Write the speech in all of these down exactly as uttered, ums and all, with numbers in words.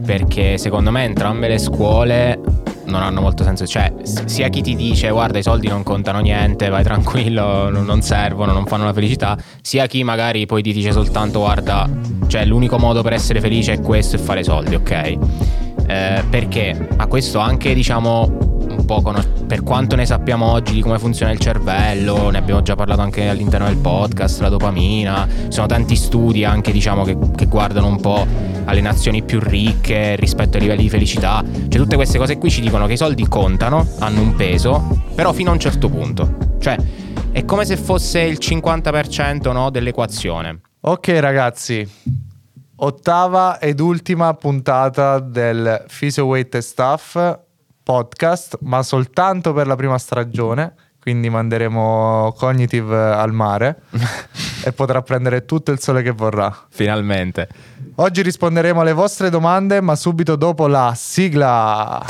perché secondo me entrambe le scuole non hanno molto senso. Cioè, sia chi ti dice guarda i soldi non contano niente, vai tranquillo, non servono, non fanno la felicità, sia chi magari poi ti dice soltanto guarda, cioè l'unico modo per essere felice è questo e fare soldi, ok? Eh, perché a questo anche, diciamo, un po' con, per quanto ne sappiamo oggi di come funziona il cervello, ne abbiamo già parlato anche all'interno del podcast, la dopamina, ci sono tanti studi anche, diciamo, che, che guardano un po' alle nazioni più ricche rispetto ai livelli di felicità. Cioè tutte queste cose qui ci dicono che i soldi contano, hanno un peso, però fino a un certo punto. Cioè è come se fosse il cinquanta per cento, no, dell'equazione. Ok ragazzi, ottava ed ultima puntata del Physio Weight and Stuff podcast, ma soltanto per la prima stagione, quindi manderemo Cognitive al mare e potrà prendere tutto il sole che vorrà. Finalmente. Oggi risponderemo alle vostre domande, ma subito dopo la sigla.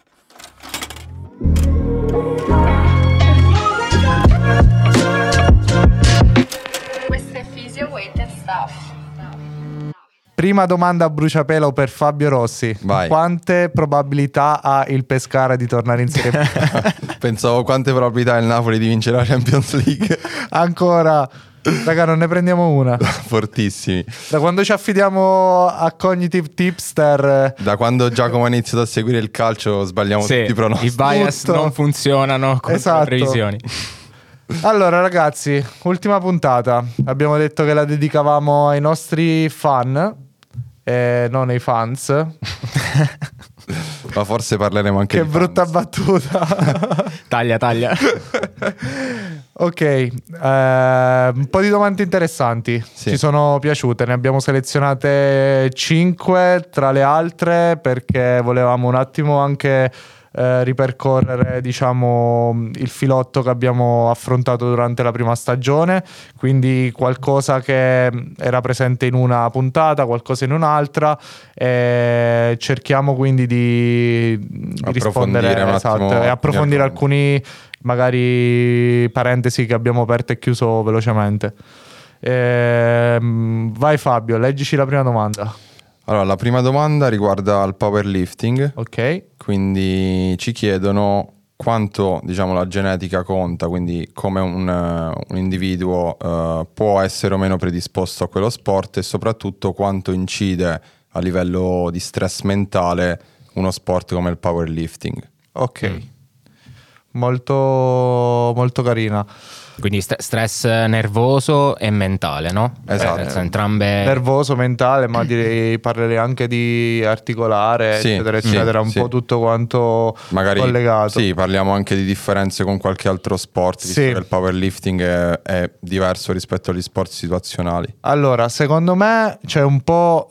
Questo è Physio Weight and Stuff. Prima domanda a bruciapelo per Fabio Rossi. Vai. Quante probabilità ha il Pescara di tornare in Serie B? Pensavo quante probabilità ha il Napoli di vincere la Champions League. Ancora. Raga, non ne prendiamo una. Fortissimi. Da quando ci affidiamo a Cognitive Tipster, Da quando Giacomo ha iniziato a seguire il calcio sbagliamo Sì, tutti i pronostici. i bias Tutto. non funzionano con Esatto. le previsioni. allora ragazzi, ultima puntata. Abbiamo detto che la dedicavamo ai nostri fan e non ai fans. Ma forse parleremo anche Che di brutta fans. battuta. Taglia, taglia. Ok, eh, un po' di domande interessanti. Sì. Ci sono piaciute, ne abbiamo selezionate cinque tra le altre perché volevamo un attimo anche eh, ripercorrere, diciamo, il filotto che abbiamo affrontato durante la prima stagione, quindi qualcosa che era presente in una puntata, qualcosa in un'altra, e cerchiamo quindi di, di Approfondire rispondere, un esatto, attimo e approfondire alcuni. alcuni magari parentesi che abbiamo aperto e chiuso velocemente. Ehm, vai Fabio, leggici la prima domanda. Allora, la prima domanda riguarda il powerlifting. Ok. Quindi ci chiedono quanto, diciamo, la genetica conta, quindi come un, uh, un individuo uh, può essere o meno predisposto a quello sport, e soprattutto quanto incide a livello di stress mentale uno sport come il powerlifting. Ok. Mm. Molto molto carina. Quindi st- stress nervoso e mentale, no? Esatto. Eh, entrambe. Nervoso, mentale, ma direi parlerei anche di articolare, Sì, eccetera, sì, eccetera, un sì. po' tutto quanto Magari collegato. sì, parliamo anche di differenze con qualche altro sport, visto Sì. che il powerlifting è, è diverso rispetto agli sport situazionali. Allora, secondo me c'è un po'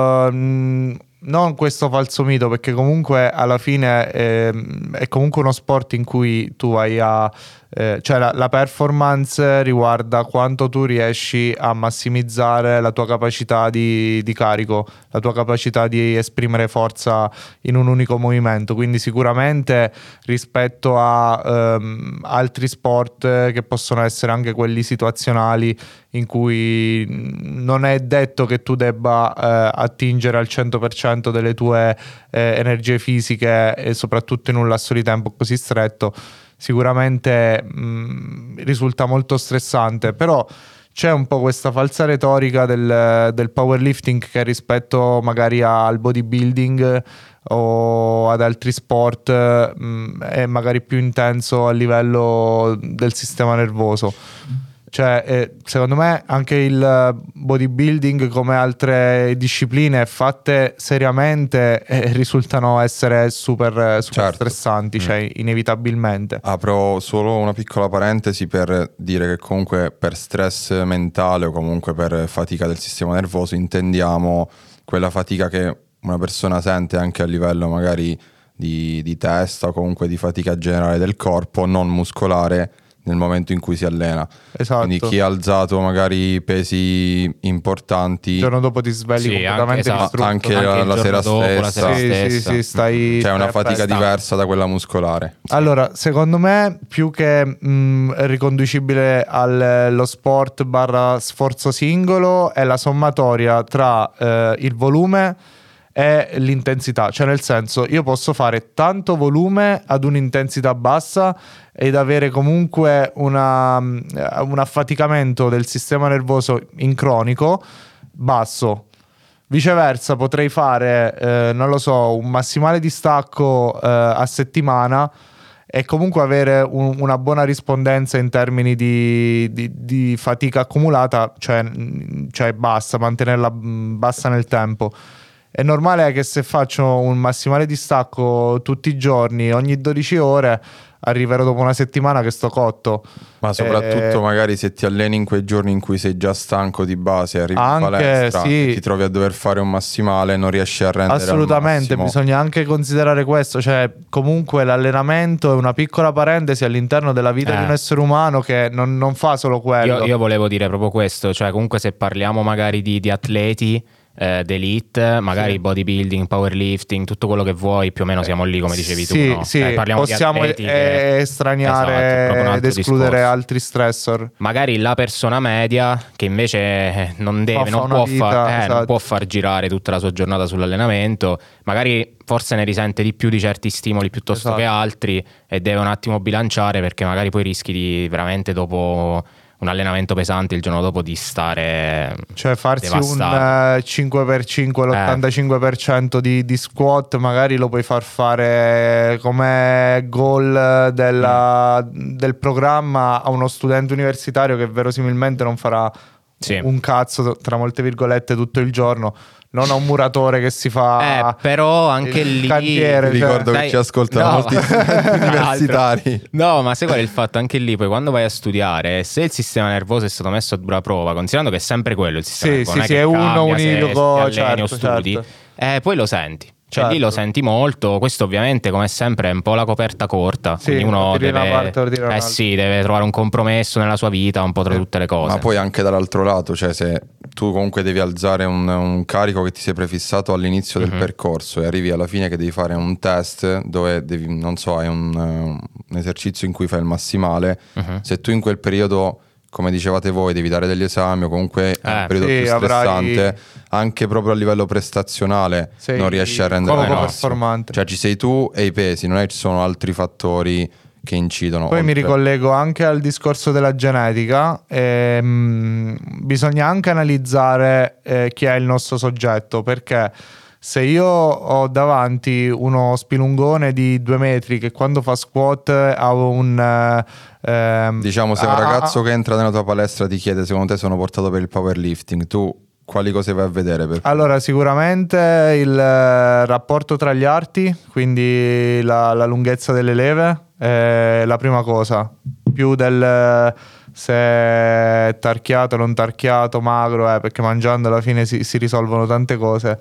ehm, non questo falso mito, perché comunque alla fine ehm, è comunque uno sport in cui tu vai a eh, cioè la, la performance riguarda quanto tu riesci a massimizzare la tua capacità di, di carico, la tua capacità di esprimere forza in un unico movimento. Quindi sicuramente rispetto a ehm, altri sport che possono essere anche quelli situazionali, in cui non è detto che tu debba eh, attingere al cento per cento delle tue eh, energie fisiche, e soprattutto in un lasso di tempo così stretto, sicuramente mh, risulta molto stressante. Però c'è un po' questa falsa retorica del, del powerlifting, che rispetto magari al bodybuilding o ad altri sport mh, è magari più intenso a livello del sistema nervoso. Cioè, eh, secondo me anche il bodybuilding, come altre discipline fatte seriamente, eh, risultano essere super, super Certo. stressanti, cioè inevitabilmente. Apro solo una piccola parentesi per dire che comunque per stress mentale o comunque per fatica del sistema nervoso intendiamo quella fatica che una persona sente anche a livello magari di, di testa o comunque di fatica generale del corpo, non muscolare, nel momento in cui si allena. Esatto. Quindi chi ha alzato magari pesi importanti, Il giorno dopo ti svegli Sì, completamente anche, esatto. distrutto. anche Anche la- il la giorno sera dopo, la stessa. sera Sì, sì, stessa. sì, stai, c'è una stai fatica appresso. diversa da quella muscolare. Allora, secondo me, più che mh, riconducibile allo sport barra sforzo singolo, è la sommatoria tra eh, il volume è l'intensità, cioè nel senso io posso fare tanto volume ad un'intensità bassa ed avere comunque una, un affaticamento del sistema nervoso in cronico basso. Viceversa potrei fare, eh, non lo so, un massimale di stacco eh, a settimana e comunque avere un, una buona rispondenza in termini di, di, di fatica accumulata, cioè, cioè bassa, mantenerla bassa nel tempo. È normale che se faccio un massimale di stacco tutti i giorni, ogni dodici ore, arriverò dopo una settimana che sto cotto. Ma soprattutto eh, magari se ti alleni in quei giorni in cui sei già stanco di base, arrivi anche, in palestra, sì. ti trovi a dover fare un massimale, non riesci a rendere assolutamente, al massimo. bisogna anche considerare questo, cioè comunque l'allenamento è una piccola parentesi all'interno della vita Eh. di un essere umano che non, non fa solo quello. Io, io volevo dire proprio questo, cioè comunque se parliamo magari di, di atleti eh, d'elite, magari Sì. bodybuilding, powerlifting, tutto quello che vuoi, più o meno siamo lì come dicevi sì, tu, no? sì, Eh, parliamo possiamo di atleti eh, che... estraniare Esatto, è proprio un altro ed escludere discorso. altri stressor. Magari la persona media che invece eh, non deve, fa non una può, vita, far, eh, esatto. non può far girare tutta la sua giornata sull'allenamento, magari forse ne risente di più di certi stimoli piuttosto Esatto. che altri e deve un attimo bilanciare, perché magari poi rischi di veramente dopo un allenamento pesante il giorno dopo di stare Cioè farsi devastato. un eh, cinque per cinque, l'ottantacinque per cento di, di squat magari lo puoi far fare come goal della, Mm. del programma a uno studente universitario che verosimilmente non farà Sì. un cazzo, tra molte virgolette, tutto il giorno, non a un muratore che si fa Eh, però anche il lì cantiere, Ti cioè- ricordo che Dai, ci ascoltano no, molti ma- studenti tra l'altro. universitari. No, ma sai qual è il fatto? Anche lì poi quando vai a studiare, se il sistema nervoso è stato messo a dura prova, considerando che è sempre quello il sistema Sì, nervoso, sì, non sì, che è uno cambia se univoco, ti alleni certo, o studi, certo. eh, poi lo senti. Cioè lì Certo. lo senti molto. Questo ovviamente come sempre è un po' la coperta corta. Sì, Quindi uno o dire deve, una parte o dire eh un'altra. sì, deve trovare un compromesso nella sua vita un po' tra Sì. tutte le cose. Ma poi anche dall'altro lato, cioè se tu comunque devi alzare un, un carico che ti sei prefissato all'inizio del Mhm. percorso e arrivi alla fine che devi fare un test dove devi, non so, hai un, un esercizio in cui fai il massimale, Mhm. se tu in quel periodo, come dicevate voi, devi dare degli esami o comunque è Eh, un periodo sì, più avrai- stressante, anche proprio a livello prestazionale Sei non riesci a rendere poco al massimo. performante. Cioè ci sei tu e i pesi, non è che ci sono altri fattori che incidono. Poi mi oltre- ricollego anche al discorso della genetica. ehm, bisogna anche analizzare eh, chi è il nostro soggetto, perché se io ho davanti uno spilungone di due metri che quando fa squat ha un... eh, ehm, Diciamo, se un ha- ragazzo ha- che entra nella tua palestra ti chiede secondo te sono portato per il powerlifting, tu quali cose vai a vedere? Per... Allora, sicuramente il eh, rapporto tra gli arti, quindi la, la lunghezza delle leve, è la prima cosa. Più del eh, se è tarchiato, non tarchiato, magro, eh, perché mangiando alla fine si, si risolvono tante cose.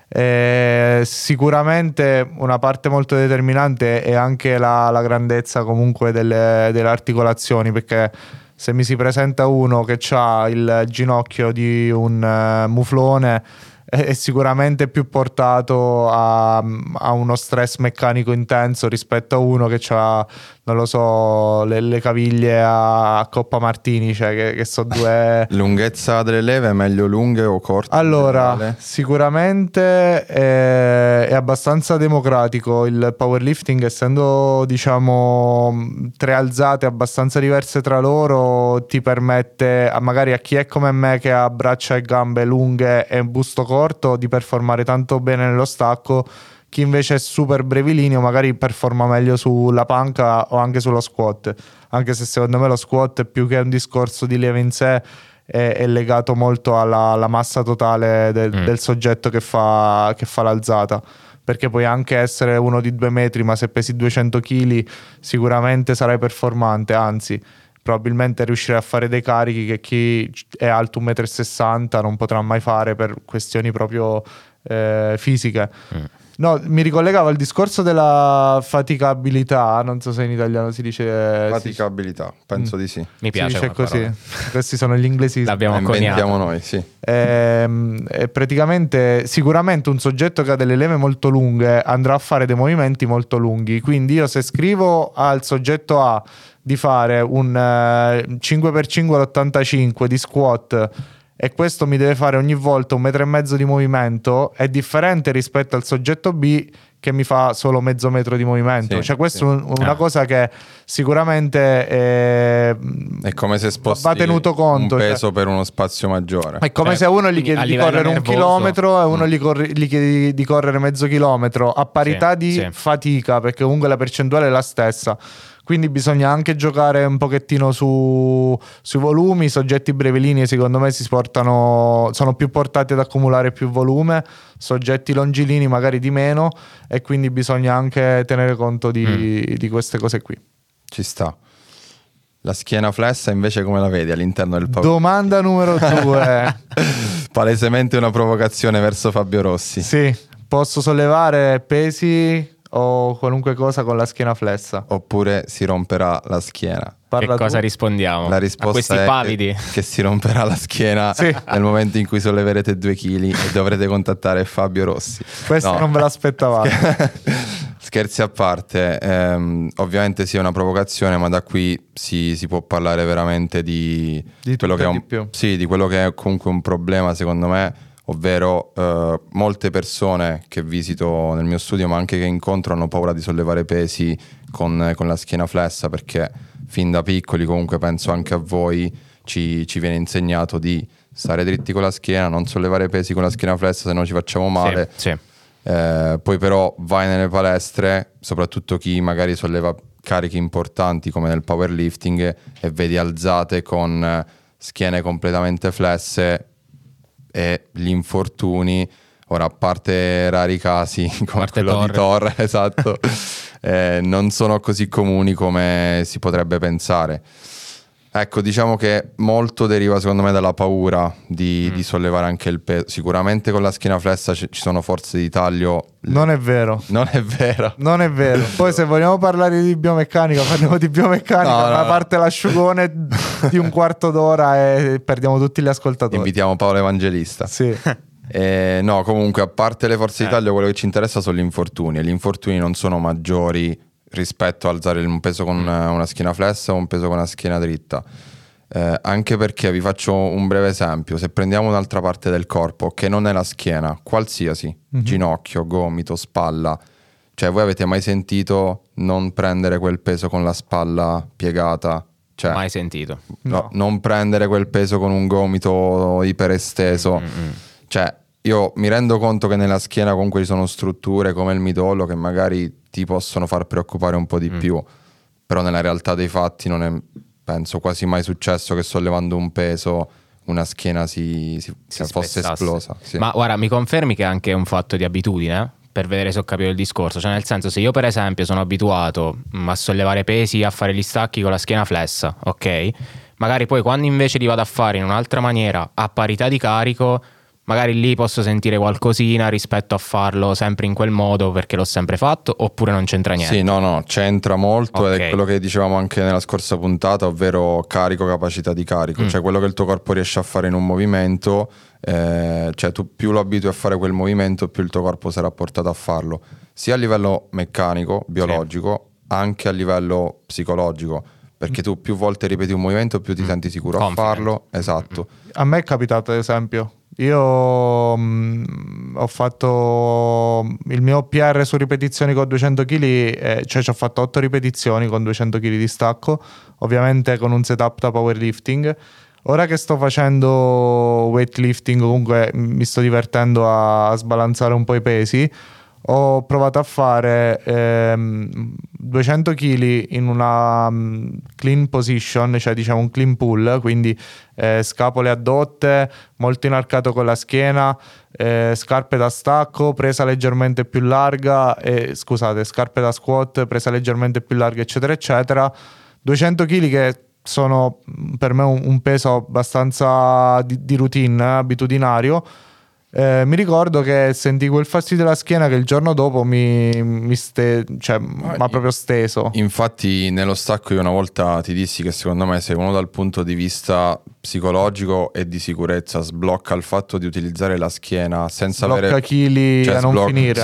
Eh, sicuramente una parte molto determinante è anche la, la grandezza comunque delle, delle articolazioni, perché se mi si presenta uno che ha il ginocchio di un uh, muflone è, è sicuramente più portato a, a uno stress meccanico intenso rispetto a uno che ha, non lo so, le, le caviglie a, a Coppa Martini, cioè che, che so due... Lunghezza delle leve è meglio lunghe o corte? in Allora, generale? sicuramente è, è abbastanza democratico il powerlifting, essendo diciamo tre alzate abbastanza diverse tra loro, ti permette a, magari a chi è come me che ha braccia e gambe lunghe e un busto corto di performare tanto bene nello stacco. Chi invece è super brevilineo magari performa meglio sulla panca o anche sullo squat, anche se secondo me lo squat più che un discorso di leve in sé è, è legato molto alla, alla massa totale del, Mm. del soggetto che fa, che fa l'alzata, perché puoi anche essere uno di due metri ma se pesi duecento chili sicuramente sarai performante, anzi probabilmente riuscirai a fare dei carichi che chi è alto un metro e sessanta non potrà mai fare per questioni proprio eh, fisiche. Mm. No, mi ricollegavo al discorso della faticabilità, non so se in italiano si dice... Faticabilità, penso Mm. di sì. Mi Si piace dice come così. parola. Questi sono gli inglesismi. L'abbiamo La inventiamo coniato. noi, sì. Ehm, e praticamente sicuramente un soggetto che ha delle leve molto lunghe andrà a fare dei movimenti molto lunghi, quindi io se scrivo al soggetto A di fare un eh, cinque per cinque all'ottantacinque di squat e questo mi deve fare ogni volta un metro e mezzo di movimento, è differente rispetto al soggetto B che mi fa solo mezzo metro di movimento. Sì, cioè questa sì. è un, una Ah. cosa che sicuramente è, È come se sposti va tenuto conto, un peso cioè. per uno spazio maggiore. È come Cioè, se a uno gli quindi chiedi a di livello correre un nervoso- chilometro e a uno Mm. gli, corri- gli chiedi di correre mezzo chilometro a parità Sì, di sì. fatica, perché comunque la percentuale è la stessa. Quindi bisogna anche giocare un pochettino su, sui volumi. I soggetti brevilinei secondo me si portano, sono più portati ad accumulare più volume, soggetti longilini magari di meno, e quindi bisogna anche tenere conto di, Mm. di queste cose qui. Ci sta. La schiena flessa invece come la vedi all'interno del power? Domanda numero due. Palesemente una provocazione verso Fabio Rossi. Sì, posso sollevare pesi o qualunque cosa con la schiena flessa? Oppure si romperà la schiena? Parla che cosa tu. rispondiamo La a risposta questi è pavidi? che, che si romperà la schiena Sì. nel momento in cui solleverete due chili e dovrete contattare Fabio Rossi. Questo No. non ve l'aspettavate. Scherzi a parte, ehm, ovviamente sì è una provocazione, ma da qui si, si può parlare veramente di, Di quello tutto che è e un, di più. sì, di quello che è comunque un problema secondo me, ovvero eh, molte persone che visito nel mio studio ma anche che incontro hanno paura di sollevare pesi con, con la schiena flessa, perché fin da piccoli, comunque penso anche a voi, ci, ci viene insegnato di stare dritti con la schiena, non sollevare pesi con la schiena flessa, se no ci facciamo male. Sì, sì. Eh, poi però vai nelle palestre, soprattutto chi magari solleva carichi importanti come nel powerlifting, e vedi alzate con eh, schiene completamente flesse e gli infortuni, ora a parte rari casi come parte quello di Thor. Thor, esatto, eh, non sono così comuni come si potrebbe pensare. Ecco, diciamo che molto deriva secondo me dalla paura di, Mm. di sollevare anche il peso. Sicuramente con la schiena flessa ci ci sono forze di taglio. Non è vero. Non è vero. Non è vero. Poi se vogliamo parlare di biomeccanica, parliamo di biomeccanica, No, no, ma a no. parte l'asciugone di un quarto d'ora e perdiamo tutti gli ascoltatori. Invitiamo Paolo Evangelista. Sì. Eh, no, comunque, a parte le forze di Eh. taglio, quello che ci interessa sono gli infortuni. E gli infortuni non sono maggiori rispetto a alzare un peso con una, una schiena flessa o un peso con una schiena dritta. Eh, anche perché vi faccio un breve esempio: se prendiamo un'altra parte del corpo che non è la schiena, qualsiasi, Mhm. ginocchio, gomito, spalla, cioè voi avete mai sentito non prendere quel peso con la spalla piegata? Cioè, Mai sentito. no, No. non prendere quel peso con un gomito iperesteso. Mm-mm. Cioè, io mi rendo conto che nella schiena comunque ci sono strutture come il midollo che magari ti possono far preoccupare un po' di Mm. più, però nella realtà dei fatti non è, penso, quasi mai successo che sollevando un peso una schiena si, si- Si cioè, fosse spezzasse. esplosa. Sì. Ma guarda, mi confermi che è anche un fatto di abitudine? Per vedere se ho capito il discorso. Cioè, nel senso, se io per esempio sono abituato mm, a sollevare pesi, a fare gli stacchi con la schiena flessa, ok? Magari poi quando invece li vado a fare in un'altra maniera, a parità di carico, magari lì posso sentire qualcosina rispetto a farlo sempre in quel modo perché l'ho sempre fatto, oppure non c'entra niente. Sì, no, no, c'entra molto ed Ok. è quello che dicevamo anche nella scorsa puntata, ovvero carico, capacità di carico, Mm. cioè quello che il tuo corpo riesce a fare in un movimento, eh, cioè tu più lo abitui a fare quel movimento, più il tuo corpo sarà portato a farlo, sia a livello meccanico, biologico, anche a livello psicologico, perché tu più volte ripeti un movimento, più ti Mm. senti sicuro Confident. a farlo, esatto. A me è capitato, ad esempio, io mh, ho fatto il mio P R su ripetizioni con duecento chili, eh, cioè ci ho fatto otto ripetizioni con duecento chili di stacco, ovviamente con un setup da powerlifting. Ora che sto facendo weightlifting, comunque mi sto divertendo a, a sbalanzare un po' i pesi, ho provato a fare ehm, duecento chili in una mm, clean position, cioè diciamo un clean pull, quindi eh, scapole addotte, molto inarcato con la schiena, eh, scarpe da stacco, presa leggermente più larga, eh, scusate, scarpe da squat, presa leggermente più larga, eccetera, eccetera. duecento chili che sono mm, per me un, un peso abbastanza di, di routine, eh, abitudinario. Eh, mi ricordo che sentivo quel fastidio alla schiena che il giorno dopo mi, mi ste, cioè, mi ha proprio steso. Infatti nello stacco io una volta ti dissi che secondo me, se uno dal punto di vista psicologico e di sicurezza sblocca il fatto di utilizzare la schiena senza Blocca avere chili cioè, a non sblocca- finire. sì. Mm.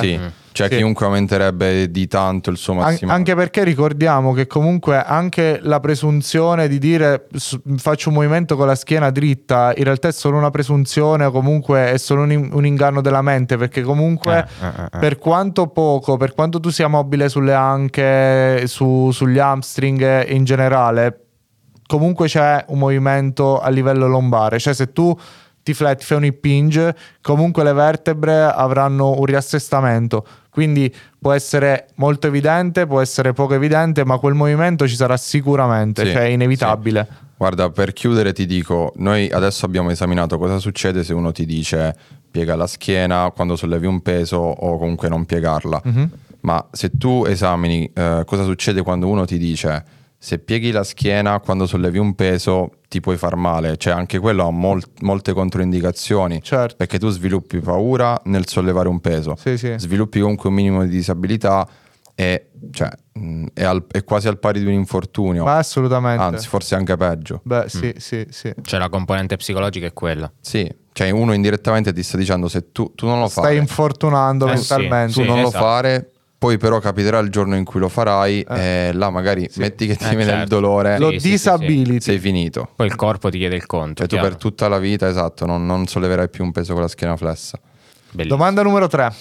Cioè sì. chiunque aumenterebbe di tanto il suo massimo. An- anche perché ricordiamo che comunque anche la presunzione di dire s- faccio un movimento con la schiena dritta in realtà è solo una presunzione, o comunque è solo un, in- un inganno della mente, perché comunque Eh, eh, eh. per quanto poco, per quanto tu sia mobile sulle anche, su- sugli hamstring e in generale, comunque c'è un movimento a livello lombare. Cioè se tu ti fletti, fai un hip hinge, comunque le vertebre avranno un riassestamento, quindi può essere molto evidente, può essere poco evidente, ma quel movimento ci sarà sicuramente, Sì, cioè è inevitabile. sì. Guarda, per chiudere ti dico, noi adesso abbiamo esaminato cosa succede se uno ti dice piega la schiena quando sollevi un peso o comunque non piegarla. Mhm. Ma se tu esamini eh, cosa succede quando uno ti dice se pieghi la schiena quando sollevi un peso ti puoi far male, cioè anche quello ha mol- molte controindicazioni, Certo. perché tu sviluppi paura nel sollevare un peso, Sì, sì. sviluppi comunque un minimo di disabilità e cioè, mh, è, al- è quasi al pari di un infortunio, Ma assolutamente. anzi forse anche peggio. Beh, sì, sì, sì. Cioè la componente psicologica è quella. Sì, cioè uno indirettamente ti sta dicendo se tu, tu non lo Stai fai, infortunando Eh, mentalmente. sì, tu non esatto. lo fare, poi però capiterà il giorno in cui lo farai Eh. e là magari metti che ti Eh, viene il certo. dolore, Lo Sì, sì, sì, disability. sei finito. Poi il corpo ti chiede il conto. Cioè tu chiaro. per tutta la vita, esatto, non, non solleverai più un peso con la schiena flessa. Bellissimo. Domanda numero tre.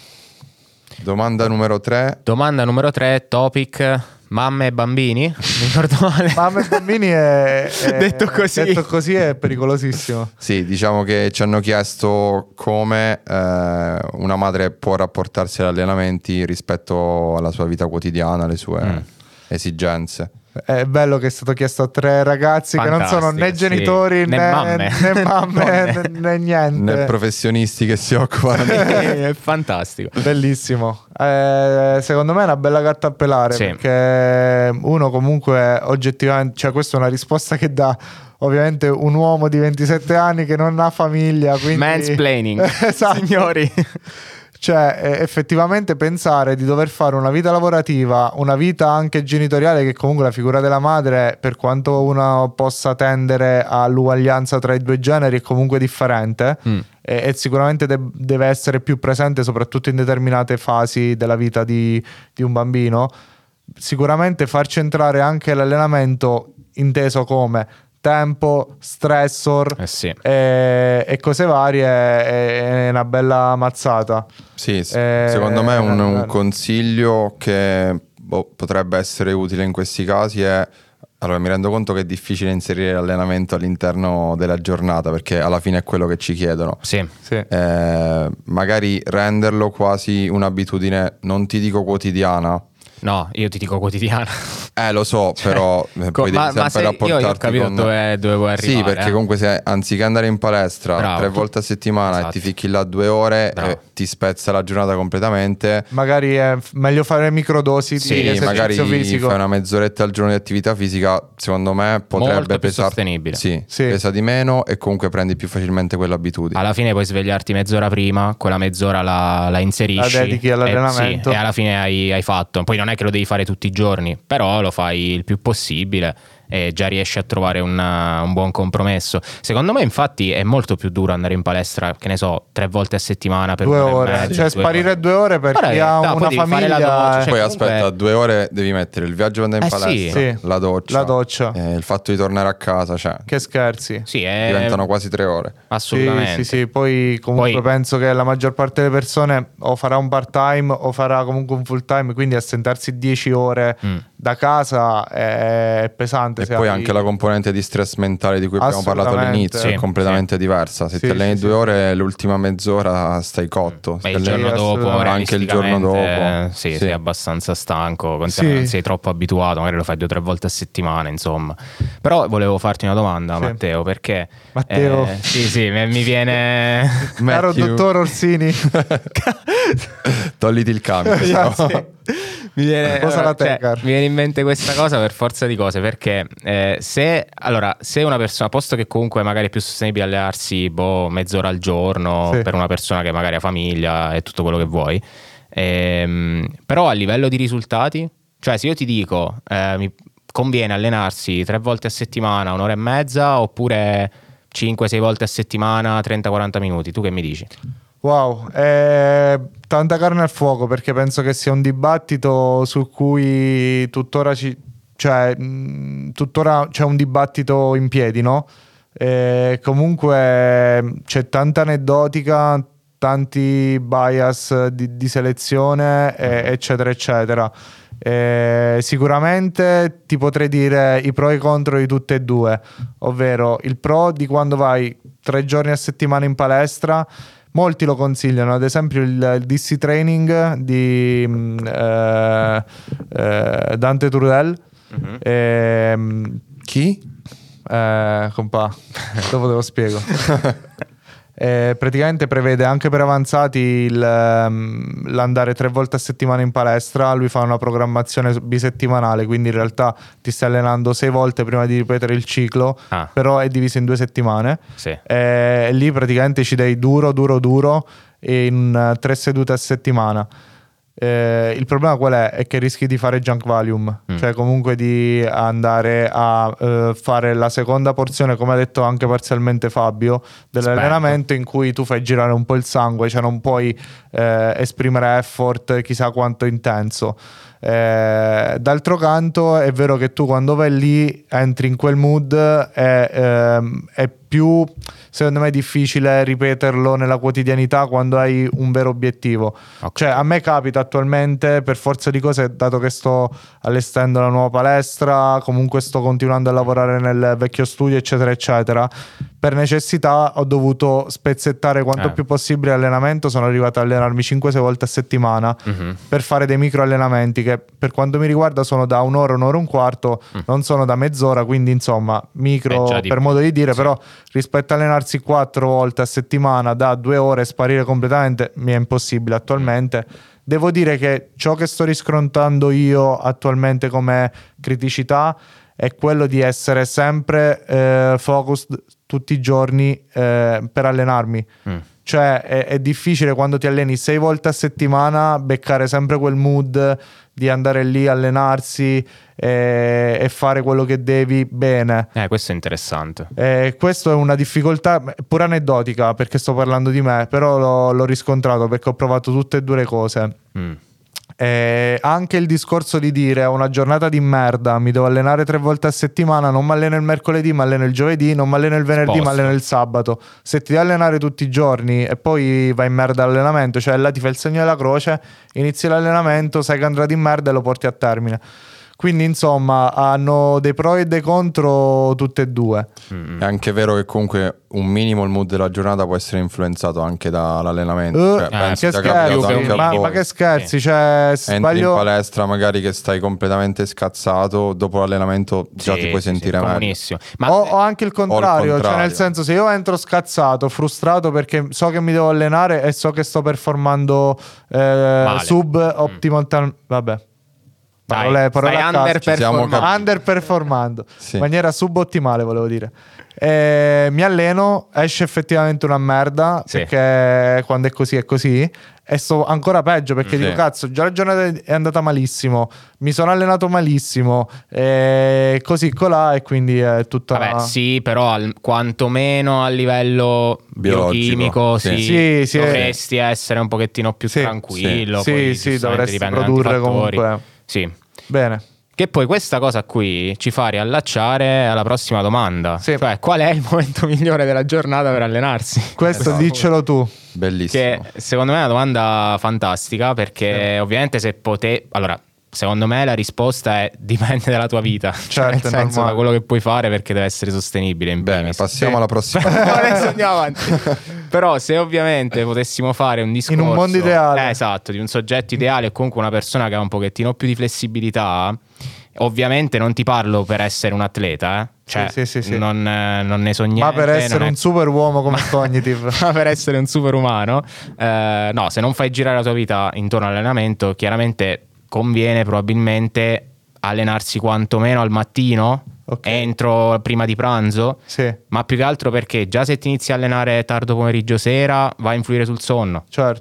Domanda numero tre. Domanda numero tre, topic mamme e bambini. Mi ricordo male. Mamma e bambini è, è- Detto così. detto così è pericolosissimo. Sì, diciamo che ci hanno chiesto come eh, una madre può rapportarsi agli allenamenti rispetto alla sua vita quotidiana, alle sue Mm. esigenze. È bello che è stato chiesto a tre ragazzi che non sono né Fantastico, sì. genitori Né né, mamme. né mamme né, né niente. Né professionisti che si occupano di... È fantastico. Bellissimo. Eh, secondo me è una bella gatta a pelare, Sì. perché uno comunque oggettivamente, cioè questa è una risposta che dà ovviamente un uomo di ventisette anni che non ha famiglia, quindi Mansplaining. Esatto. Signori. Cioè, eh, effettivamente pensare di dover fare una vita lavorativa, una vita anche genitoriale, che comunque la figura della madre, per quanto uno possa tendere all'uguaglianza tra i due generi, è comunque differente Mm. e, e sicuramente de- deve essere più presente soprattutto in determinate fasi della vita di, di un bambino. Sicuramente far centrare anche l'allenamento inteso come tempo, stressor Eh sì. e, e cose varie è, è una bella mazzata. Sì, sì. Eh, Secondo me un, un eh, consiglio che boh, potrebbe essere utile in questi casi è... Allora, mi rendo conto che è difficile inserire l'allenamento all'interno della giornata, perché alla fine è quello che ci chiedono. Sì. Sì. Eh, magari renderlo quasi un'abitudine, non ti dico quotidiana. No, io ti dico quotidiana. Eh, lo so, però eh, Co- poi ma- devi ma sempre se- io- io ho rapportarti capito con... dove- dove vuoi Sì, arrivare, perché eh. comunque se anziché andare in palestra Bravo, tre tu- volte a settimana Esatto. e ti ficchi là due ore, Bravo. eh, ti spezza la giornata completamente. Magari è f- meglio fare microdosi Sì, di Sì, esercizio magari fisico. fai una mezz'oretta al giorno di attività fisica, secondo me potrebbe Molto più pesare. sostenibile. Sì, Sì. pesa di meno e comunque prendi più facilmente quell'abitudine. Alla fine puoi svegliarti mezz'ora prima, quella mezz'ora la, la inserisci. La dedichi all'allenamento. E, sì, e alla fine hai, hai fatto. Poi non è che lo devi fare tutti i giorni, però lo fai il più possibile e già riesci a trovare una- un buon compromesso. Secondo me infatti è molto più duro andare in palestra, che ne so, tre volte a settimana per Due un'ora e ore, mezza, cioè due sparire ore. due ore per Guarda chi che- ha no, poi una devi fare la famiglia. doccia, eh. cioè, Poi comunque- aspetta, due ore devi mettere il viaggio per andare in Eh, sì. palestra, Sì. la doccia, La doccia. eh, il fatto di tornare a casa, cioè Che scherzi. Sì, è... diventano quasi tre ore. assolutamente. Sì, sì, sì. Poi comunque Poi- penso che la maggior parte delle persone o farà un part time o farà comunque un full time, quindi assentarsi dieci ore Mm. da casa è pesante. E se poi hai- anche la componente di stress mentale di cui abbiamo parlato Assolutamente. all'inizio Sì, è completamente diversa. Se Sì, ti alleni sì, due sì. ore, l'ultima mezz'ora stai cotto. Beh, Se il ti alleni- giorno dopo, assolutamente. Anche il giorno dopo. realisticamente, Sì, Sì. sei abbastanza stanco, considera Sì. che non sei troppo abituato, magari lo fai due o tre volte a settimana, insomma. Però volevo farti una domanda, Sì. Matteo, perché... Matteo. eh, sì, sì, mi mi viene... Caro Matthew, dottor Orsini. togliti il camion. Sì. Mi viene, Posa allora, la cioè, Tecar. mi viene in mente questa cosa per forza di cose, perché eh, se allora se una persona, posto che comunque magari è più sostenibile allenarsi boh, mezz'ora al giorno Sì. per una persona che magari ha famiglia e tutto quello che vuoi, ehm, però a livello di risultati, cioè se io ti dico eh, mi conviene allenarsi tre volte a settimana, un'ora e mezza, oppure cinque sei volte a settimana, trenta quaranta minuti, tu che mi dici? Wow, è tanta carne al fuoco, perché penso che sia un dibattito su cui tuttora ci, cioè, mh, tuttora c'è un dibattito in piedi, no? E comunque c'è tanta aneddotica, tanti bias di, di selezione, e, eccetera, eccetera. E sicuramente ti potrei dire i pro e i contro di tutte e due, ovvero il pro di quando vai tre giorni a settimana in palestra. Molti lo consigliano, ad esempio il, il D C Training di mh, eh, eh, Dante Trudel. Mhm. E, Chi? eh, compà, dopo te lo spiego. Eh, praticamente prevede anche per avanzati il, ehm, l'andare tre volte a settimana in palestra. Lui fa una programmazione bisettimanale, quindi in realtà ti stai allenando sei volte prima di ripetere il ciclo, Ah. però è diviso in due settimane. Sì. E lì praticamente ci dai duro, duro, duro in uh, tre sedute a settimana. Eh, il problema qual è? È che rischi di fare junk volume, Mm. cioè comunque di andare a eh, fare la seconda porzione, come ha detto anche parzialmente Fabio, dell'allenamento, in cui tu fai girare un po' il sangue, cioè non puoi eh, esprimere effort chissà quanto intenso. Eh, d'altro canto è vero che tu quando vai lì entri in quel mood, è, ehm, è più, secondo me, difficile ripeterlo nella quotidianità quando hai un vero obiettivo. Ok. Cioè a me capita attualmente, per forza di cose, dato che sto allestendo la nuova palestra, comunque sto continuando a lavorare nel vecchio studio, eccetera eccetera, per necessità ho dovuto spezzettare quanto Eh. più possibile l'allenamento. Sono arrivato a allenarmi cinque sei volte a settimana Mhm. per fare dei micro allenamenti che per quanto mi riguarda sono da un'ora, un'ora e un quarto, Mm. non sono da mezz'ora, quindi insomma micro È già di per più, modo di dire, sì. però rispetto a allenarsi quattro volte a settimana da due ore e sparire completamente mi è impossibile attualmente. Devo dire che ciò che sto riscontrando io attualmente come criticità è quello di essere sempre eh, focused tutti i giorni eh, per allenarmi. Mm. Cioè è, è difficile quando ti alleni sei volte a settimana beccare sempre quel mood di andare lì, allenarsi e, e fare quello che devi bene. Eh, questo è interessante. E questo è una difficoltà pure aneddotica, perché sto parlando di me, però l'ho, l'ho riscontrato perché ho provato tutte e due le cose. Mm. E anche il discorso di dire: ho una giornata di merda, mi devo allenare tre volte a settimana, non mi alleno il mercoledì, mi alleno il giovedì, non mi alleno il venerdì, mi Sposto. alleno il sabato. Se ti devi allenare tutti i giorni e poi vai in merda all'allenamento, cioè là ti fai il segno della croce, inizi l'allenamento, sai che andrà in merda e lo porti a termine. Quindi insomma hanno dei pro e dei contro tutte e due. Mm. È anche vero che comunque un minimo il mood della giornata può essere influenzato anche dall'allenamento. Uh, Cioè, eh, penso che sia capitato scherzi, anche a ma, voi. ma che scherzi, Sì. cioè Entri sbaglio. in palestra magari che stai completamente scazzato, dopo l'allenamento già Sì, ti puoi sì, sì, sentire meglio. comunissimo. Ma O, o anche il contrario, cioè contrario. nel senso, se io entro scazzato, frustrato perché so che mi devo allenare e so che sto performando eh, sub optimal time, vabbè. Dai, Parole, parole stai a caso. underperformando. Ci siamo cap- Underperformando Sì. in maniera subottimale, volevo dire. E mi alleno, esce effettivamente una merda, Sì. perché quando è così è così, e sto ancora peggio perché Sì. dico cazzo, già la giornata è andata malissimo, mi sono allenato malissimo, e così colà, e quindi è tutta vabbè, sì, però al, quantomeno a livello Biologico, biochimico sì. sì, Sì, sì, dovresti essere un pochettino più Sì, tranquillo. sì. poi Sì, sì, giustamente dovresti dipende da produrre tanti fattori. comunque. Sì. bene. Che poi questa cosa qui ci fa riallacciare alla prossima domanda. Sì. Cioè, qual è il momento migliore della giornata per allenarsi? Questo Esatto. diccelo tu. Bellissimo. Che secondo me è una domanda fantastica, perché ovviamente se pote... Allora, secondo me la risposta è dipende dalla tua vita. Cioè, Certo, nel è senso, normale. da quello che puoi fare, perché deve essere sostenibile in Bene, primis. passiamo Sì. alla prossima. Adesso andiamo avanti. Però se ovviamente potessimo fare un discorso In un mondo ideale. eh, esatto, di un soggetto ideale, o comunque una persona che ha un pochettino più di flessibilità, ovviamente non ti parlo per essere un atleta, eh. Cioè, Sì, sì, sì, sì. Non, eh, non ne so niente, Ma per essere non è- un super uomo come Cognitive. ma per essere un superumano, eh, no, se non fai girare la tua vita intorno all'allenamento, chiaramente conviene probabilmente allenarsi quantomeno al mattino, Ok. entro prima di pranzo, Sì, ma più che altro perché già se ti inizi a allenare tardo pomeriggio sera va a influire sul sonno, certo.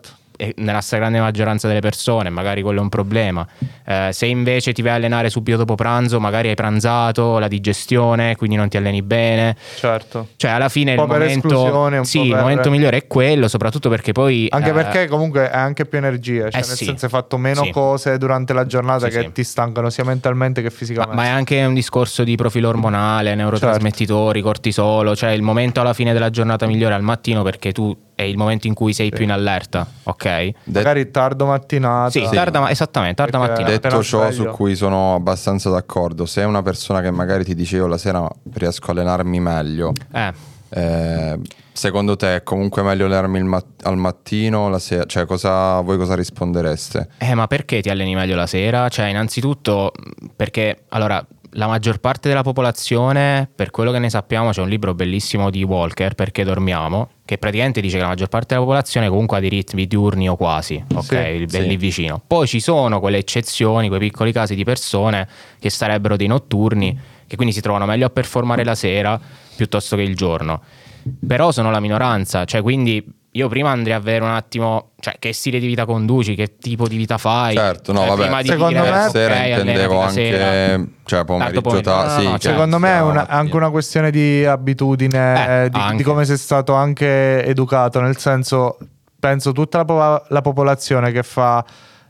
e nella stragrande maggioranza delle persone magari quello è un problema. Eh, se invece ti vai a allenare subito dopo pranzo, magari hai pranzato, la digestione, quindi non ti alleni bene. Certo. Cioè alla fine un po' il per momento, esclusione, un sì, po' il per... momento migliore è quello, soprattutto perché poi anche eh, perché comunque hai anche più energia, cioè eh nel sì. senso hai fatto meno Sì. cose durante la giornata Sì, che sì. ti stancano sia mentalmente che Ma, fisicamente. ma è anche un discorso di profilo ormonale, neurotrasmettitori, Certo. cortisolo, cioè il momento alla fine della giornata migliore è al mattino perché tu è il momento in cui sei Sì. più in allerta, ok? Magari tardo mattinata. Sì, tarda, esattamente, tarda Perché- mattina. appena Detto ciò, sveglio. su cui sono abbastanza d'accordo, se è una persona che magari ti dice io la sera riesco a allenarmi meglio, Eh, eh, secondo te è comunque meglio allenarmi il mat- al mattino, la sera? Cioè, cosa, voi cosa rispondereste? eh, ma perché ti alleni meglio la sera? Cioè, innanzitutto perché, allora, la maggior parte della popolazione, per quello che ne sappiamo, c'è un libro bellissimo di Walker, Perché dormiamo, che praticamente dice che la maggior parte della popolazione comunque ha dei ritmi diurni o quasi, ok? Sì, Il- sì. lì vicino. Poi ci sono quelle eccezioni, quei piccoli casi di persone che sarebbero dei notturni, che quindi si trovano meglio a performare la sera piuttosto che il giorno. Però sono la minoranza, cioè quindi io prima andrei a vedere un attimo, cioè che stile di vita conduci, che tipo di vita fai. Certo, no, Cioè, vabbè, prima di secondo dire, me- ok, sera allenati intendevo la anche, sera. cioè pomeriggio, Tardo ta- pomeriggio. sì, No, no, no, cioè, Secondo me è la una- mattina. anche una questione di abitudine, Eh, eh, di, anche. di come sei stato anche educato, nel senso, penso tutta la, po- la popolazione che fa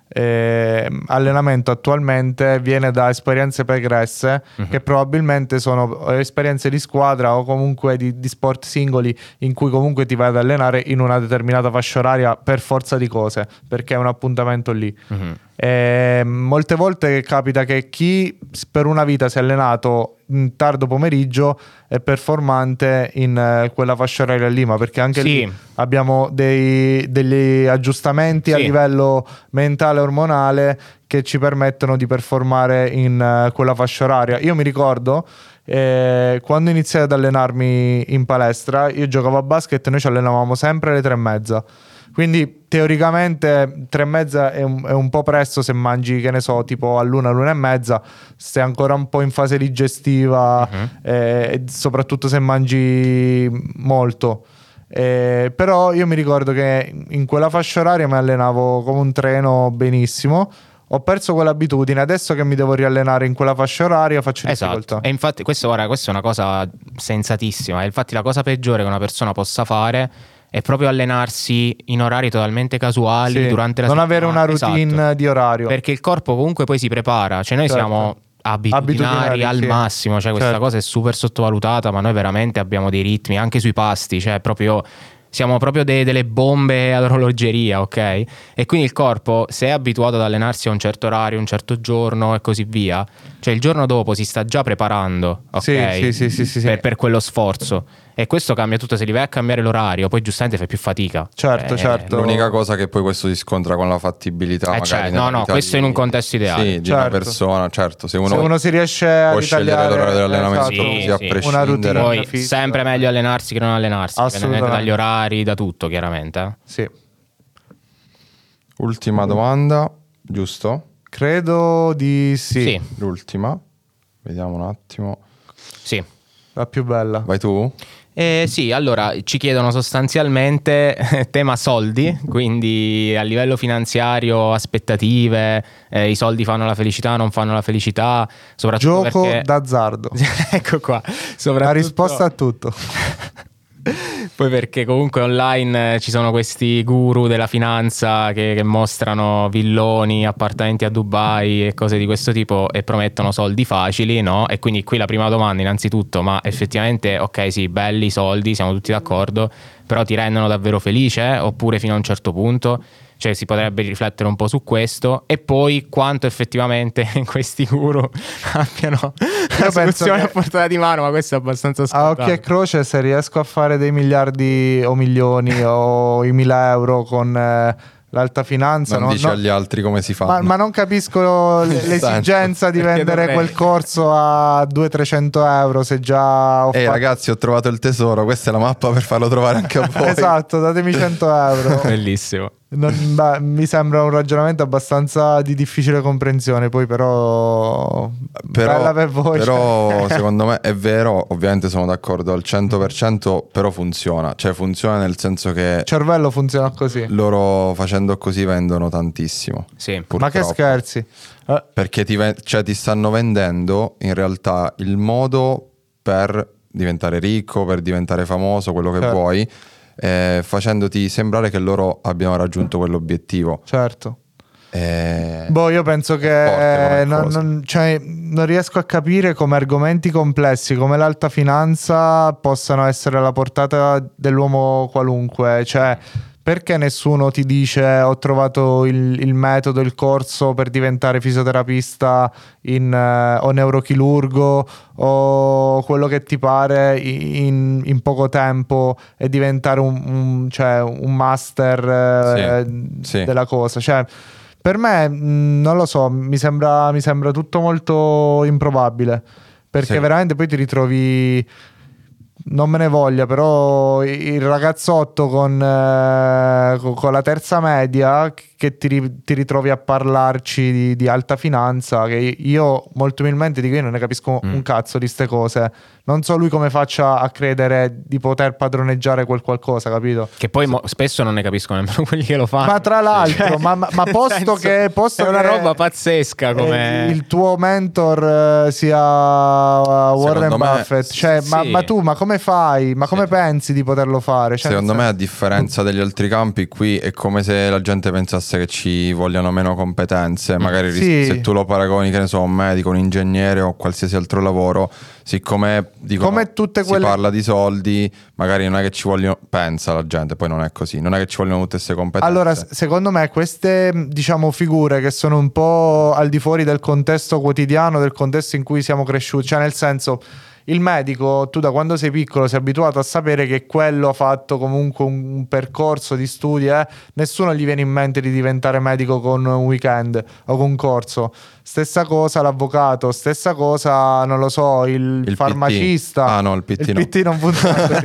eh, allenamento attualmente viene da esperienze pregresse Mhm. che probabilmente sono esperienze di squadra o comunque di, di sport singoli in cui comunque ti vai ad allenare in una determinata fascia oraria per forza di cose, perché è un appuntamento lì. Mhm. E molte volte capita che chi s- per una vita si è allenato in tardo pomeriggio è performante in eh, quella fascia oraria lì, ma perché anche Sì. lì abbiamo dei- degli aggiustamenti a Sì. livello mentale e ormonale che ci permettono di performare in eh, quella fascia oraria. Io mi ricordo eh, quando iniziai ad allenarmi in palestra, io giocavo a basket e noi ci allenavamo sempre alle tre e mezza. Quindi teoricamente tre e mezza è un, è un po' presto se mangi, che ne so, tipo all'una, all'una e mezza, stai ancora un po' in fase digestiva, Mhm. eh, e soprattutto se mangi molto. Eh, però io mi ricordo che in quella fascia oraria mi allenavo come un treno benissimo. Ho perso quell'abitudine, adesso che mi devo riallenare in quella fascia oraria faccio difficoltà. Esatto. E infatti questo, guarda, questa è una cosa sensatissima. E infatti la cosa peggiore che una persona possa fare è proprio allenarsi in orari totalmente casuali Sì, durante la non settimana. avere una routine Esatto. di orario. Perché il corpo comunque poi si prepara. Cioè noi Certo. siamo abitudinari, Abitudinari, al sì. massimo. Cioè questa Certo. cosa è super sottovalutata, ma noi veramente abbiamo dei ritmi anche sui pasti. Cioè proprio siamo proprio de- delle bombe ad orologeria, ok? E quindi il corpo, se è abituato ad allenarsi a un certo orario, un certo giorno e così via, cioè il giorno dopo si sta già preparando, ok? Sì, sì, sì, sì, sì, sì. Per, per quello sforzo. E questo cambia tutto. Se li vai a cambiare l'orario, poi giustamente fai più fatica. Certo, Eh, certo. L'unica cosa che poi questo si scontra con la fattibilità, Eh, magari cioè, nella no, no, vita questo di- in un contesto ideale. Sì, di una Certo. persona, certo. Se uno, Se uno si riesce a può scegliere l'orario dell'allenamento esatto, Sì, così a sì. prescindere. Una routine. Poi fissa. sempre meglio allenarsi che non allenarsi, Assolutamente. dipendente dagli orari, da tutto, chiaramente. eh. Sì. Ultima domanda, giusto? Credo di sì. Sì, L'ultima. Vediamo un attimo. sì. La più bella. Vai tu? Eh, sì, allora ci chiedono sostanzialmente tema soldi, quindi a livello finanziario, aspettative, eh, i soldi fanno la felicità, non fanno la felicità, soprattutto Gioco perché... d'azzardo. ecco qua, soprattutto... La risposta a tutto. Poi perché comunque online eh, ci sono questi guru della finanza che, che mostrano villoni, appartamenti a Dubai e cose di questo tipo e promettono soldi facili, no? E quindi qui la prima domanda innanzitutto, ma effettivamente ok sì, belli i soldi, siamo tutti d'accordo, però ti rendono davvero felice oppure fino a un certo punto? Cioè si potrebbe riflettere un po' su questo e poi quanto effettivamente questi guru abbiano la penso soluzione che- a portata di mano, ma questo è abbastanza A scontato. occhio e croce, se riesco a fare dei miliardi o milioni o i mila euro con eh, l'alta finanza, Non no- dici no- agli altri come si fa. ma, ma non capisco l- l'esigenza di Perché vendere dovrei? quel corso a duecento-trecento euro se già ho Ehi fatto... ragazzi, ho trovato il tesoro, questa è la mappa per farlo trovare anche a voi. Esatto, datemi cento euro. Bellissimo. non, beh, mi sembra un ragionamento abbastanza di difficile comprensione, poi però, però bella per voi. Però secondo me è vero, ovviamente sono d'accordo al cento per cento, però funziona, cioè funziona nel senso che il cervello funziona così. loro facendo così vendono tantissimo. Sì. purtroppo. Ma che scherzi. Eh, Perché ti, ven- cioè, ti stanno vendendo in realtà il modo per diventare ricco, per diventare famoso, quello che Certo. vuoi, eh, facendoti sembrare che loro abbiano raggiunto quell'obiettivo. certo. Eh, Boh, io penso che forte come eh, non, cosa. non- cioè, non riesco a capire come argomenti complessi come l'alta finanza possano essere alla portata dell'uomo qualunque. Cioè, perché nessuno ti dice ho trovato il, il metodo, il corso per diventare fisioterapista in, eh, o neurochirurgo o quello che ti pare in, in poco tempo e diventare un, un- cioè, un master eh, Sì, sì. della cosa. Cioè, per me, mh, non lo so, mi sembra, mi sembra tutto molto improbabile. Perché Sì. veramente poi ti ritrovi. Non me ne voglia, però il ragazzotto con, eh, con- con la terza media che ti, ri- ti ritrovi a parlarci di, di alta finanza, che io molto umilmente dico io non ne capisco Mm. un cazzo di ste cose. Non so lui come faccia a credere di poter padroneggiare quel qualcosa, capito? Che poi mo- spesso non ne capiscono nemmeno quelli che lo fanno. Ma tra l'altro, Cioè, ma, ma- ma nel posto senso, che posto è una che, roba pazzesca come eh, il tuo mentor eh, sia uh, Warren Secondo me, Buffett, cioè, sì. ma, ma tu ma come fai? Ma come Sì. pensi di poterlo fare? Cioè, Secondo nel me, a senso- differenza degli altri campi, qui è come se la gente pensasse che ci vogliano meno competenze. Magari ris- Sì. se tu lo paragoni, che ne so, un medico, un ingegnere o qualsiasi altro lavoro, siccome dicono, Come tutte si quelle- parla di soldi, magari non è che ci vogliono, pensa la gente, poi non è così, non è che ci vogliono tutte queste competenze. Allora, s- secondo me queste, diciamo, figure che sono un po' al di fuori del contesto quotidiano, del contesto in cui siamo cresciuti, cioè nel senso, il medico, tu da quando sei piccolo sei abituato a sapere che quello ha fatto comunque un, un percorso di studi, eh? Nessuno gli viene in mente di diventare medico con un weekend o con un corso. Stessa cosa l'avvocato, stessa cosa, non lo so, il, Il farmacista. P T. Ah, no, il P T il no. P T non funziona così.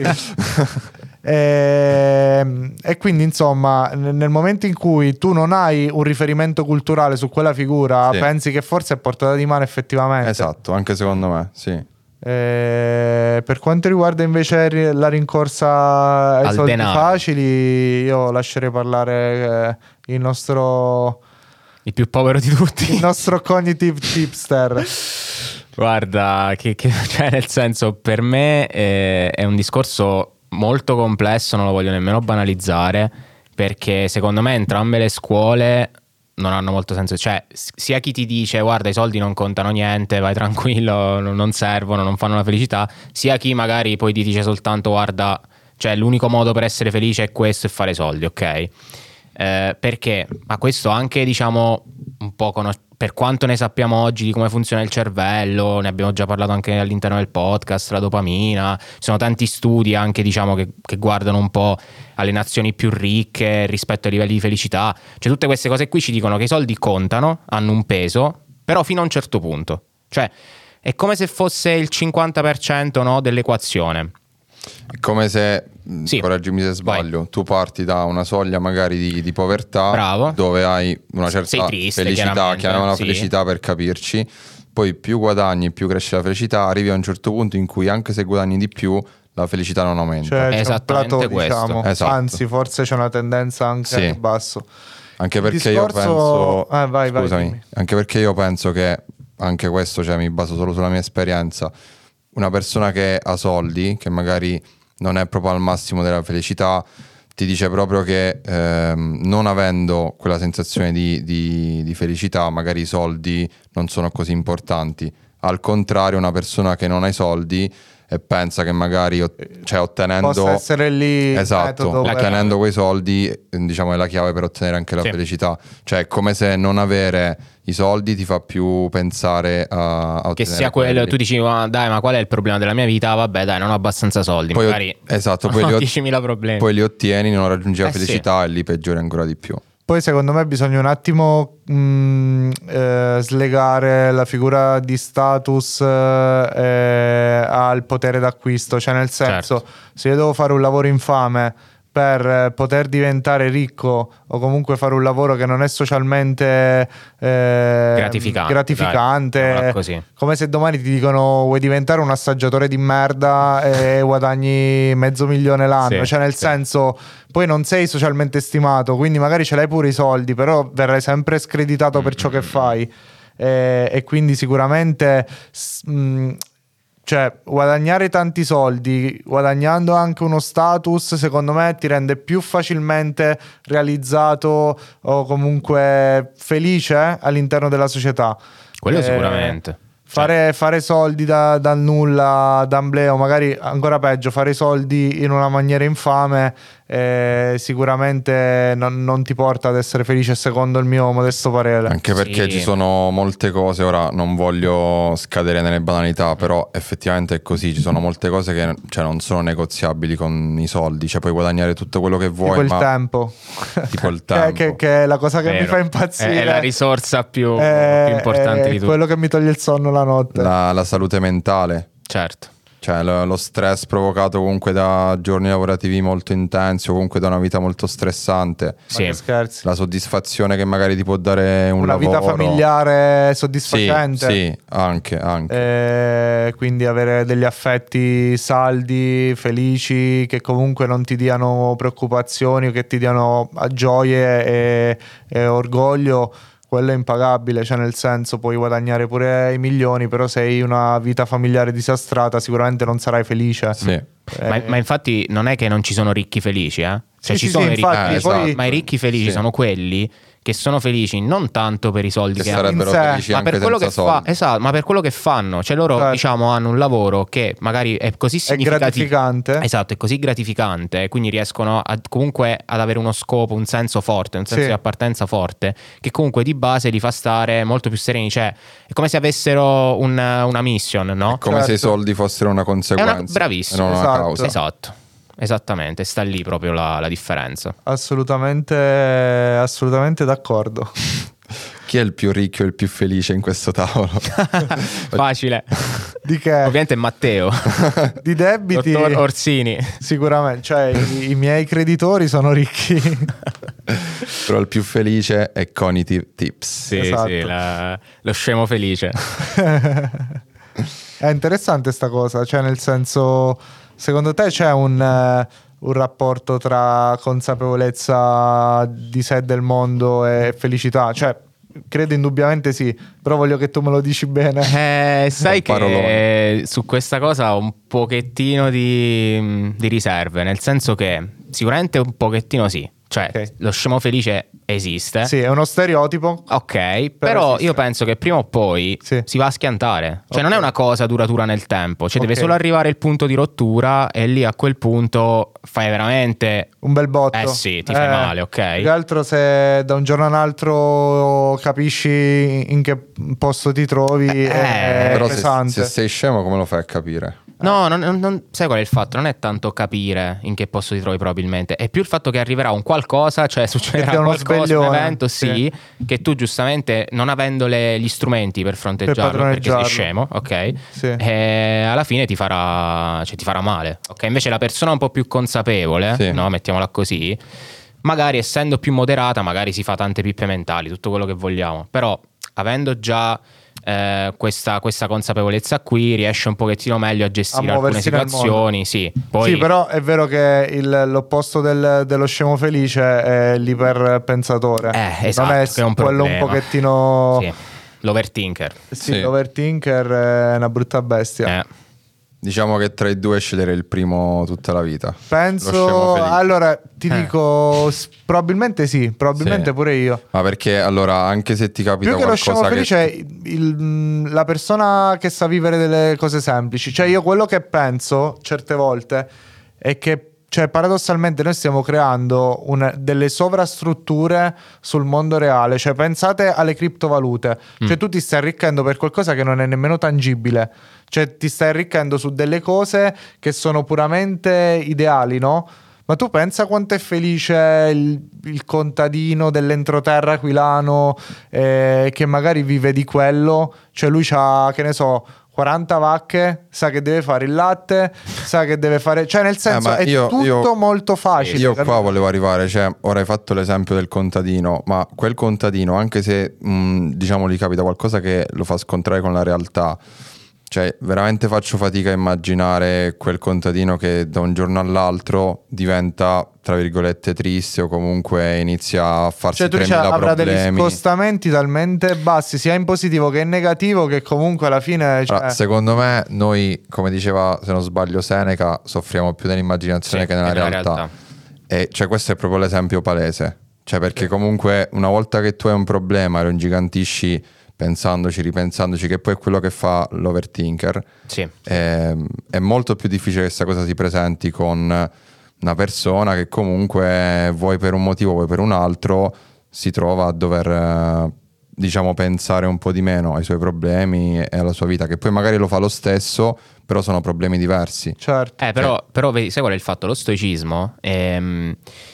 E, e quindi insomma n- nel momento in cui tu non hai un riferimento culturale su quella figura, Sì. pensi che forse è portata di mano effettivamente. Esatto, anche secondo me, sì. Eh, per quanto riguarda invece ri- la rincorsa ai Al soldi denaro. facili, io lascerei parlare eh, il nostro il più povero di tutti. il nostro cognitive tipster. Guarda, che, che- cioè nel senso, per me eh, è un discorso molto complesso, non lo voglio nemmeno banalizzare, perché secondo me entrambe le scuole non hanno molto senso. Cioè, s- sia chi ti dice guarda i soldi non contano niente, vai tranquillo, non non servono, non fanno la felicità, sia chi magari poi ti dice soltanto guarda, cioè l'unico modo per essere felice è questo e fare soldi, ok? Eh, perché? Ma questo anche, diciamo, un po' conos- per quanto ne sappiamo oggi di come funziona il cervello, ne abbiamo già parlato anche all'interno del podcast, la dopamina, ci sono tanti studi anche, diciamo, che, che guardano un po' alle nazioni più ricche rispetto ai livelli di felicità, cioè tutte queste cose qui ci dicono che i soldi contano, hanno un peso, però fino a un certo punto, cioè è come se fosse il cinquanta per cento, no, dell'equazione. È come se, mh, Sì. correggimi se sbaglio, tu parti da una soglia magari di, di povertà, Bravo. dove hai una Sei certa triste, felicità, chiaramente, chiamiamola sì. felicità per capirci, poi più guadagni, più cresce la felicità, arrivi a un certo punto in cui anche se guadagni di più, la felicità non aumenta. Cioè, c'è un Esattamente plateau, questo. diciamo. Esatto. Anzi, forse c'è una tendenza anche Sì. al basso. Anche Il perché discorso- io penso, Eh, vai, vai, scusami, dimmi. anche perché io penso che anche questo, cioè mi baso solo sulla mia esperienza, una persona che ha soldi, che magari non è proprio al massimo della felicità, ti dice proprio che ehm, non avendo quella sensazione di, di- di felicità, magari i soldi non sono così importanti. Al contrario, una persona che non ha i soldi e pensa che magari ot- cioè, ottenendo Possa essere lì il esatto, metodo per- ottenendo quei soldi, eh, diciamo, è la chiave per ottenere anche la Sì. felicità. Cioè è come se non avere i soldi ti fa più pensare a, a ottenere Che sia quello, quelli. tu dici ma dai, ma qual è il problema della mia vita? Vabbè dai, non ho abbastanza soldi, Poi- magari esatto, poi ho li ot- diecimila problemi. Poi li ottieni, non raggiungi la Eh, sì. felicità e li peggiori ancora di più. Poi secondo me bisogna un attimo mh, eh, slegare la figura di status eh, al potere d'acquisto, cioè nel senso Certo. se io devo fare un lavoro infame per poter diventare ricco o comunque fare un lavoro che non è socialmente eh, gratificante, gratificante dai, così. Come se domani ti dicono vuoi diventare un assaggiatore di merda e guadagni mezzo milione l'anno, Sì, cioè nel sì. senso poi non sei socialmente stimato, quindi magari ce l'hai pure i soldi, però verrai sempre screditato per ciò che fai. E, e quindi sicuramente s- mh, cioè guadagnare tanti soldi guadagnando anche uno status, secondo me ti rende più facilmente realizzato o comunque felice all'interno della società. Quello Eh, sicuramente. Fare, fare soldi da, dal nulla, d'ambleo, magari ancora peggio, fare i soldi in una maniera infame, eh, sicuramente non, non ti porta ad essere felice, secondo il mio modesto parere. Anche perché Sì. ci sono molte cose, ora non voglio scadere nelle banalità, però effettivamente è così, ci sono molte cose che cioè, non sono negoziabili con i soldi, cioè puoi guadagnare tutto quello che vuoi, Tipo il ma tempo, tipo il che, tempo. che- che è la cosa che mi Vero. fa impazzire. È, è la risorsa più, È- più importante è di tutte. quello che mi toglie il sonno la notte. la, la salute mentale, Certo. cioè lo, lo stress provocato comunque da giorni lavorativi molto intensi o comunque da una vita molto stressante, Ma Sì. che scherzi. la soddisfazione che magari ti può dare un Una lavoro. vita familiare Sì, soddisfacente. sì, anche, anche. Eh, quindi avere degli affetti saldi, felici, che comunque non ti diano preoccupazioni o che ti diano ah, gioie e, e orgoglio, quello è impagabile, cioè nel senso puoi guadagnare pure i milioni, però se hai una vita familiare disastrata sicuramente non sarai felice. Sì. Eh, Ma, ma infatti non è che non ci sono ricchi felici, eh? Cioè Sì, ci sì, sono sì, i ricchi, infatti, Eh, poi- esatto. ma i ricchi felici Sì. sono quelli che sono felici non tanto per i soldi Che che hanno, sarebbero in sé, felici ma anche per quello che senza fa, soldi. esatto, ma per quello che fanno, cioè loro Certo. diciamo hanno un lavoro che magari è così è significativo, gratificante. esatto, è così gratificante, e quindi riescono a, comunque ad avere uno scopo, un senso forte, un senso Sì. di appartenenza forte, che comunque di base li fa stare molto più sereni, cioè è come se avessero un- una mission, no? È come se i Certo. soldi fossero una conseguenza, bravissimo, e non una esatto. causa. Esatto, esattamente, sta lì proprio la, la differenza. Assolutamente, assolutamente d'accordo. Chi è il più ricco e il più felice in questo tavolo? Facile. Di che? Ovviamente è Matteo. Di debiti Dottor Orsini. sicuramente, cioè i, i miei creditori sono ricchi. Però il più felice è Cognitive Tips. Sì, Esatto. sì, la- lo scemo felice. È interessante sta cosa, cioè nel senso, secondo te c'è un, eh, un rapporto tra consapevolezza di sé del mondo e felicità? Cioè, credo indubbiamente sì, però voglio che tu me lo dici bene. Eh, sai Un che parolone. su questa cosa ho un pochettino di, di riserve, nel senso che sicuramente un pochettino sì. Cioè, Ok. lo scemo felice esiste. Sì, è uno stereotipo. Ok, però esiste. io penso che prima o poi Sì. si va a schiantare. Cioè, Ok. non è una cosa duratura nel tempo. Cioè, Ok. deve solo arrivare il punto di rottura e lì a quel punto fai veramente. Un bel botto. Eh sì, ti fai male, ok? Più che altro se da un giorno all'altro capisci in che posto ti trovi, è Però se, pesante. se sei scemo come lo fai a capire? No, non, non- non- sai qual è il fatto? Non è tanto capire in che posto ti trovi probabilmente, è più il fatto che arriverà un qualcosa, cioè Che succederà ti è uno qualcosa, un sveglione, evento, sì, sì. che tu giustamente non avendo le- gli strumenti per fronteggiarlo, perché sei padroneggiarlo. scemo, ok? Sì. E alla fine ti farà, cioè, ti farà male, ok? Invece la persona un po' più consapevole, Sì. no? Mettiamola così, magari essendo più moderata, magari si fa tante pippe mentali, tutto quello che vogliamo, però avendo già eh, questa, questa consapevolezza qui riesce un pochettino meglio a gestire A alcune muoversi nel situazioni, sì. Poi, Sì, però è vero che il- l'opposto del- dello scemo felice è l'iperpensatore. Eh, esatto, non è, che è un quello un problema. pochettino. sì, l'overthinker. Sì, Sì. l'overthinker è una brutta bestia. Eh. Diciamo che tra i due scegliere il primo tutta la vita. Lo scemo Penso. felice. Allora, ti Eh. dico. s- Probabilmente sì, probabilmente Sì. pure io. Ma perché allora anche se ti capita Più che lo scemo qualcosa felice che... è il- la persona che sa vivere delle cose semplici. Cioè, io quello che penso certe volte è che, cioè, paradossalmente noi stiamo creando un- delle sovrastrutture sul mondo reale. Cioè, pensate alle criptovalute. Cioè, tu ti stai arricchendo per qualcosa che non è nemmeno tangibile. Cioè, ti stai arricchendo su delle cose che sono puramente ideali, no? Ma tu pensa quanto è felice il, il contadino dell'entroterra aquilano, eh, che magari vive di quello, cioè lui c'ha, che ne so, quaranta vacche, sa che deve fare il latte, sa che deve fare, cioè nel senso Eh, è io- tutto io- molto facile. Io qua volevo arrivare, cioè ora hai fatto l'esempio del contadino, ma quel contadino, anche se mh, diciamo gli capita qualcosa che lo fa scontrare con la realtà, cioè veramente faccio fatica a immaginare quel contadino che da un giorno all'altro diventa tra virgolette triste o comunque inizia a farsi Cioè tu dici tremila avrà degli problemi. scostamenti talmente bassi sia in positivo che in negativo che comunque alla fine cioè, Allora, secondo me noi, come diceva se non sbaglio Seneca, soffriamo più nell'immaginazione Sì, che nella che nella realtà. realtà. E cioè questo è proprio l'esempio palese. Cioè perché comunque una volta che tu hai un problema e lo ingigantisci pensandoci, ripensandoci, che poi è quello che fa l'overthinker, Sì. è, è molto più difficile che questa cosa si presenti con una persona che comunque vuoi per un motivo, vuoi per un altro, si trova a dover eh, diciamo pensare un po' di meno ai suoi problemi e alla sua vita, che poi magari lo fa lo stesso, però sono problemi diversi. certo. Eh, però, però vedi, sai qual è il fatto? Lo stoicismo ehm,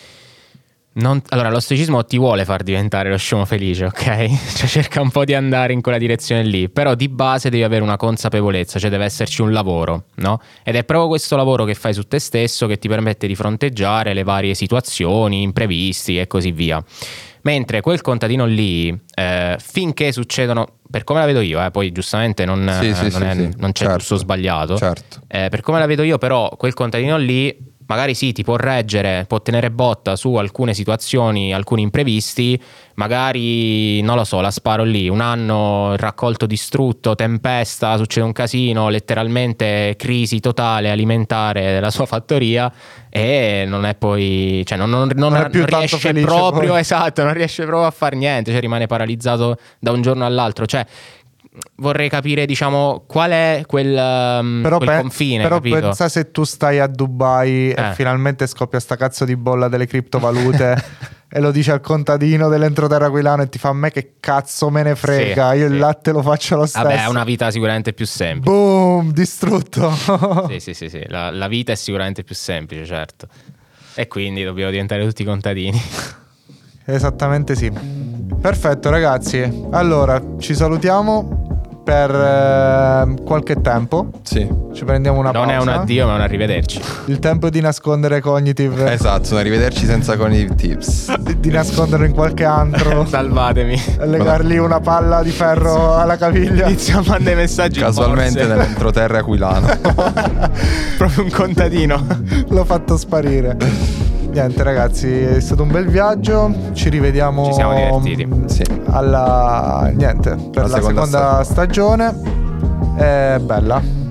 non- allora, lo stoicismo ti vuole far diventare lo scemo felice, ok? Cioè cerca un po' di andare in quella direzione lì, però di base devi avere una consapevolezza, cioè deve esserci un lavoro, no? Ed è proprio questo lavoro che fai su te stesso che ti permette di fronteggiare le varie situazioni, imprevisti e così via. Mentre quel contadino lì, eh, finché succedono, per come la vedo io, eh, poi giustamente non, Sì, sì, non, sì, è- sì. non c'è Certo, giusto o sbagliato, certo. eh, per come la vedo io, però, quel contadino lì magari sì, ti può reggere, può tenere botta su alcune situazioni, alcuni imprevisti, magari, non lo so, la sparo lì, un anno il raccolto distrutto, tempesta, succede un casino, letteralmente crisi totale alimentare della sua fattoria e non è poi, cioè non, non, non, Non è più non tanto riesce felice proprio, poi. esatto, non riesce proprio a far niente, cioè rimane paralizzato da un giorno all'altro, cioè vorrei capire, diciamo, qual è quel, um, Però, quel pe- confine, però capito? pensa se tu stai a Dubai Eh. e finalmente scoppia sta cazzo di bolla delle criptovalute e lo dice al contadino dell'entroterra aquilano e ti fa a me che cazzo me ne frega, Sì, io sì. il latte lo faccio lo stesso. Vabbè, è una vita sicuramente più semplice. Boom, distrutto. Sì, sì, sì, sì. La, la vita è sicuramente più semplice, certo. E quindi dobbiamo diventare tutti contadini. Esattamente sì. Perfetto ragazzi, allora ci salutiamo per eh, qualche tempo. Sì, Ci prendiamo una Non pausa. è un addio, ma un arrivederci. Il tempo di nascondere Cognitive, esatto, un arrivederci senza cognitive tips. di, di nasconderlo in qualche antro, Salvatemi. e legargli una palla di ferro alla caviglia. Iniziamo a mandare messaggi in Casualmente Morse. nell'entroterra aquilano. Proprio un contadino. L'ho fatto sparire. Niente ragazzi, è stato un bel viaggio. Ci rivediamo Ci siamo divertiti. mm, Sì. alla niente per La la seconda seconda stagione. È bella.